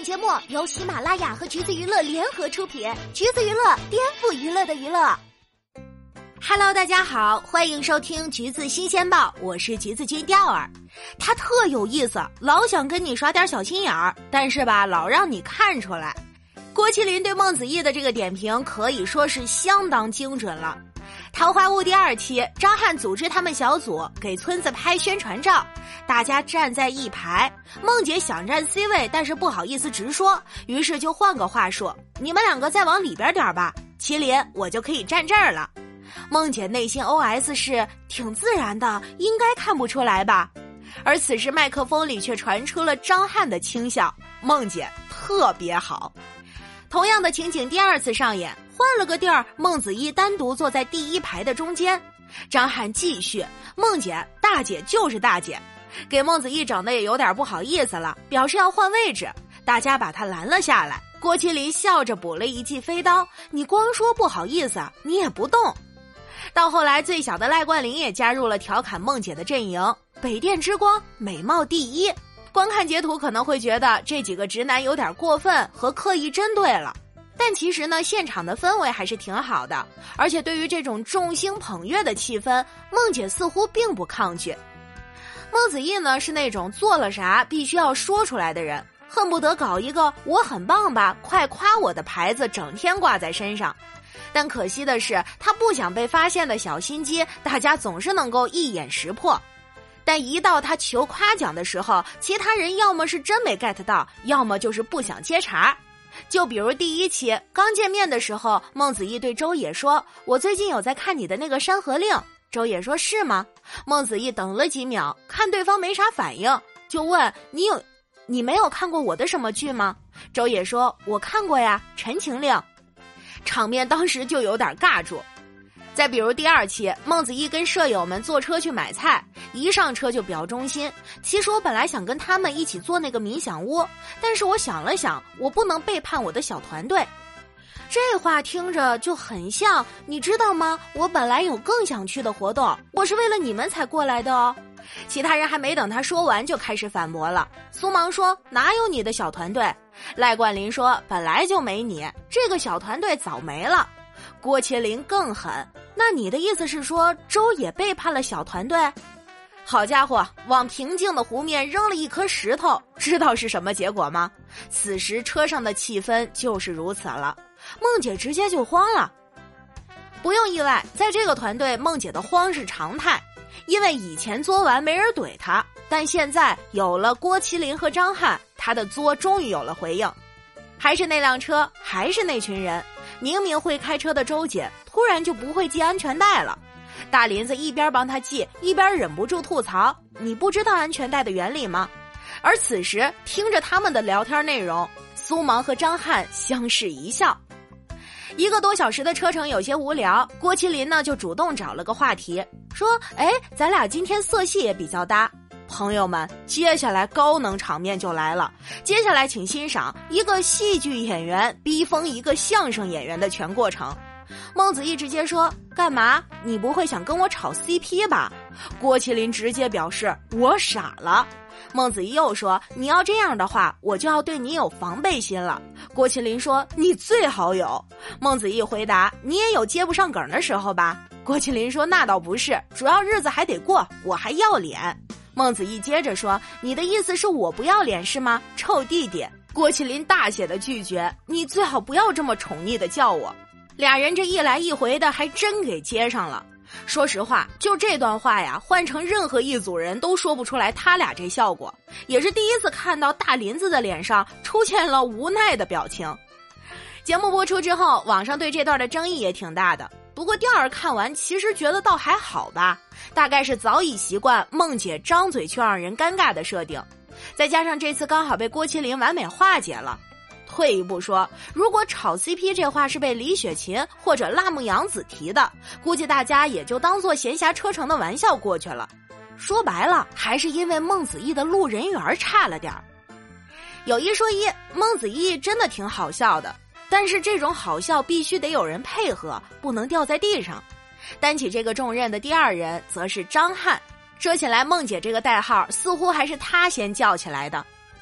本节目由喜马拉雅和橘子娱乐联合出品，橘子娱乐颠覆娱乐的娱乐。Hello， 大家好，欢迎收听橘子新鲜报，我是橘子君钓儿。他特有意思，老想跟你耍点小心眼儿，但是吧，老让你看出来。郭麒麟对孟子义的这个点评可以说是相当精准了。桃花坞第2期，张翰组织他们小组给村子拍宣传照，大家站在一排，孟姐想占 C 位，但是不好意思直说，于是就换个话说，你们2个再往里边点吧，麒麟我就可以站这儿了。孟姐内心 OS 是挺自然的，应该看不出来吧。而此时麦克风里却传出了张翰的轻笑，孟姐特别好。同样的情景第2次上演，换了个地儿，孟子义单独坐在第1排的中间，张翰继续，孟姐大姐就是大姐，给孟子义整的也有点不好意思了，表示要换位置，大家把他拦了下来。郭麒麟笑着补了一记飞刀，你光说不好意思，你也不动。到后来最小的赖冠霖也加入了调侃孟姐的阵营，北电之光美貌第一。观看截图可能会觉得这几个直男有点过分和刻意针对了，但其实呢，现场的氛围还是挺好的，而且对于这种众星捧月的气氛，孟姐似乎并不抗拒。孟子义呢，是那种做了啥必须要说出来的人，恨不得搞一个我很棒吧，快夸我的牌子整天挂在身上。但可惜的是，他不想被发现的小心机，大家总是能够一眼识破。但一到他求夸奖的时候，其他人要么是真没 get 到，要么就是不想接茬。就比如第1期刚见面的时候，孟子义对周也说，我最近有在看你的那个山河令。周也说是吗？孟子义等了几秒，看对方没啥反应，就问你没有看过我的什么剧吗？周也说我看过呀，陈情令。场面当时就有点尬住。再比如第2期，孟子义跟舍友们坐车去买菜，一上车就表忠心。其实我本来想跟他们一起做那个冥想屋，但是我想了想，我不能背叛我的小团队。这话听着就很像，你知道吗？我本来有更想去的活动，我是为了你们才过来的哦。其他人还没等他说完就开始反驳了。苏芒说哪有你的小团队？赖冠霖说本来就没你，这个小团队早没了。郭麒麟更狠，那你的意思是说周也背叛了小团队？好家伙，往平静的湖面扔了一颗石头，知道是什么结果吗？此时车上的气氛就是如此了，孟姐直接就慌了。不用意外，在这个团队孟姐的慌是常态，因为以前作完没人怼她，但现在有了郭麒麟和张翰，她的作终于有了回应。还是那辆车，还是那群人，明明会开车的周姐突然就不会系安全带了。大林子一边帮他系，一边忍不住吐槽，你不知道安全带的原理吗？而此时听着他们的聊天内容，苏芒和张翰相视一笑。1个多小时的车程有些无聊，郭麒麟呢就主动找了个话题，说咱俩今天色系也比较搭。朋友们，接下来高能场面就来了，接下来请欣赏一个戏剧演员逼疯一个相声演员的全过程。孟子义直接说，干嘛？你不会想跟我炒 CP 吧？郭麒麟直接表示我傻了。孟子义又说，你要这样的话，我就要对你有防备心了。郭麒麟说，你最好有。孟子义回答，你也有接不上梗的时候吧？郭麒麟说，那倒不是，主要日子还得过，我还要脸。孟子义接着说，你的意思是我不要脸是吗？臭弟弟。郭麒麟大写的拒绝，你最好不要这么宠溺的叫我。俩人这一来一回的还真给接上了。说实话，就这段话呀，换成任何一组人都说不出来他俩这效果，也是第一次看到大林子的脸上出现了无奈的表情。节目播出之后，网上对这段的争议也挺大的，不过钓儿看完其实觉得倒还好吧，大概是早已习惯孟姐张嘴却让人尴尬的设定，再加上这次刚好被郭麒麟完美化解了。退一步说，如果炒 CP 这话是被李雪琴或者辣目洋子提的，估计大家也就当做闲暇车程的玩笑过去了。说白了，还是因为孟子义的路人缘差了点儿。有一说一，孟子义真的挺好笑的，但是这种好笑必须得有人配合，不能掉在地上。担起这个重任的第2人则是张翰。说起来，孟姐这个代号似乎还是他先叫起来的。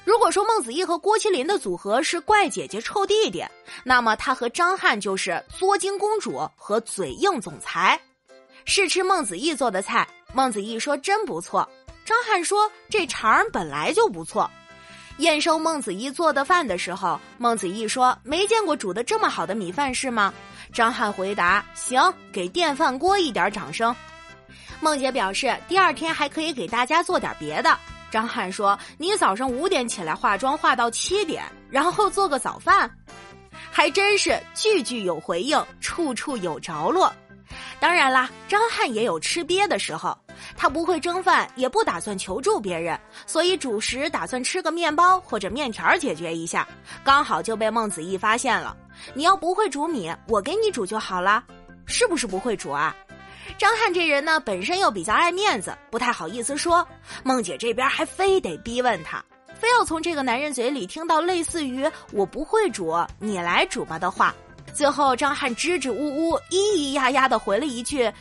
如果说孟子义和郭麒麟的组合是怪姐姐臭弟弟，那么他和张翰就是作精公主和嘴硬总裁。试吃孟子义做的菜，孟子义说真不错，张翰说这肠本来就不错。验收孟子义做的饭的时候，孟子义说没见过煮得这么好的米饭是吗？张翰回答行，给电饭锅一点掌声。孟姐表示第二天还可以给大家做点别的。张翰说你早上5点起来化妆化到7点，然后做个早饭。还真是句句有回应，处处有着落。当然啦，张翰也有吃瘪的时候，他不会蒸饭，也不打算求助别人，所以主食打算吃个面包或者面条解决一下，刚好就被孟子义发现了。你要不会煮米，我给你煮就好了。是不是不会煮啊？张翰这人呢，本身又比较爱面子，不太好意思说。孟姐这边还非得逼问他，非要从这个男人嘴里听到类似于我不会煮，你来煮吧的话。最后张翰支支吾吾咿咿呀呀的回了一句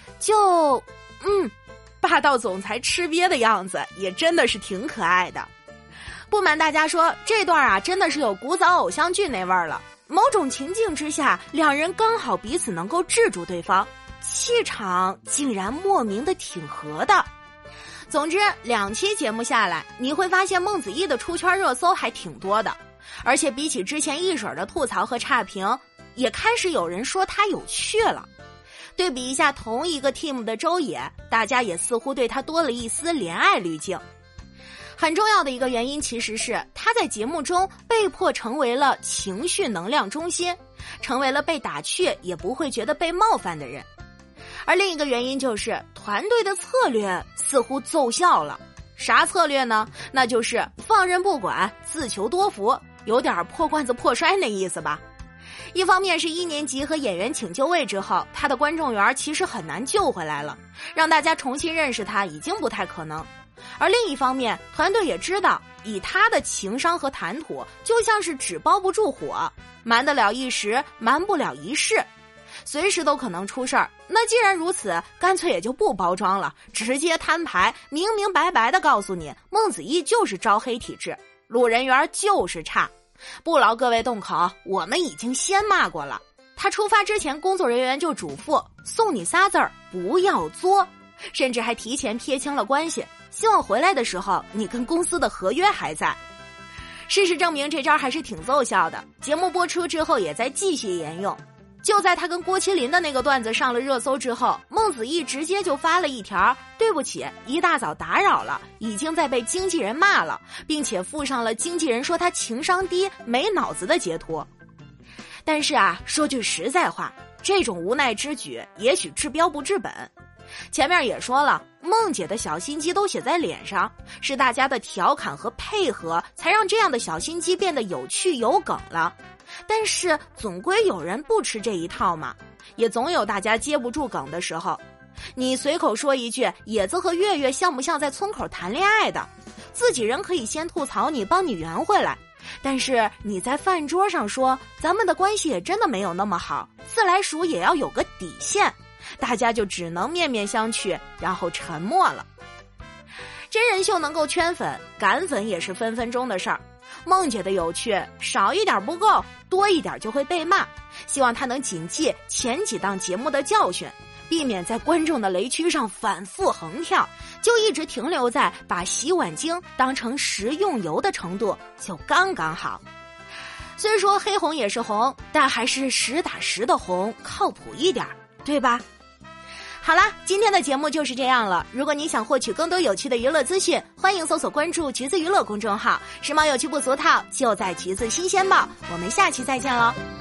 霸道总裁吃瘪的样子也真的是挺可爱的。不瞒大家说，这段啊真的是有古早偶像剧那味儿了。某种情境之下，两人刚好彼此能够制住对方，气场竟然莫名的挺合的。总之2期节目下来，你会发现孟子义的出圈热搜还挺多的，而且比起之前一水的吐槽和差评，也开始有人说他有趣了。对比一下同一个 team 的周也，大家也似乎对他多了一丝怜爱滤镜。很重要的一个原因其实是他在节目中被迫成为了情绪能量中心，成为了被打趣也不会觉得被冒犯的人。而另一个原因就是团队的策略似乎奏效了。啥策略呢？那就是放任不管，自求多福，有点破罐子破摔那意思吧。一方面是1年级和演员请就位之后，他的观众缘其实很难救回来了，让大家重新认识他已经不太可能。而另一方面，团队也知道以他的情商和谈吐，就像是纸包不住火，瞒得了一时，瞒不了一世，随时都可能出事儿。那既然如此，干脆也就不包装了，直接摊牌，明明白白的告诉你，孟子义就是招黑体质，路人缘就是差。不劳各位动口，我们已经先骂过了。他出发之前，工作人员就嘱咐送你仨字儿，不要作，甚至还提前撇清了关系，希望回来的时候你跟公司的合约还在。事实证明这招还是挺奏效的，节目播出之后也在继续沿用。就在他跟郭麒麟的那个段子上了热搜之后，孟子义直接就发了一条对不起，一大早打扰了，已经在被经纪人骂了，并且附上了经纪人说他情商低没脑子的截图。但是啊，说句实在话，这种无奈之举也许治标不治本。前面也说了，孟姐的小心机都写在脸上，是大家的调侃和配合才让这样的小心机变得有趣有梗了。但是总归有人不吃这一套嘛，也总有大家接不住梗的时候。你随口说一句野子和月月像不像在村口谈恋爱的，自己人可以先吐槽你，帮你圆回来，但是你在饭桌上说咱们的关系也真的没有那么好，自来熟也要有个底线，大家就只能面面相觑，然后沉默了。真人秀能够圈粉，赶粉也是分分钟的事儿。孟姐的有趣少一点不够，多一点就会被骂，希望她能谨记前几档节目的教训，避免在观众的雷区上反复横跳，就一直停留在把洗碗精当成食用油的程度，就刚刚好。虽说黑红也是红，但还是实打实的红靠谱一点，对吧？好啦，今天的节目就是这样了。如果你想获取更多有趣的娱乐资讯，欢迎搜索关注橘子娱乐公众号，时髦有趣不俗套，就在橘子新鲜报。我们下期再见喽。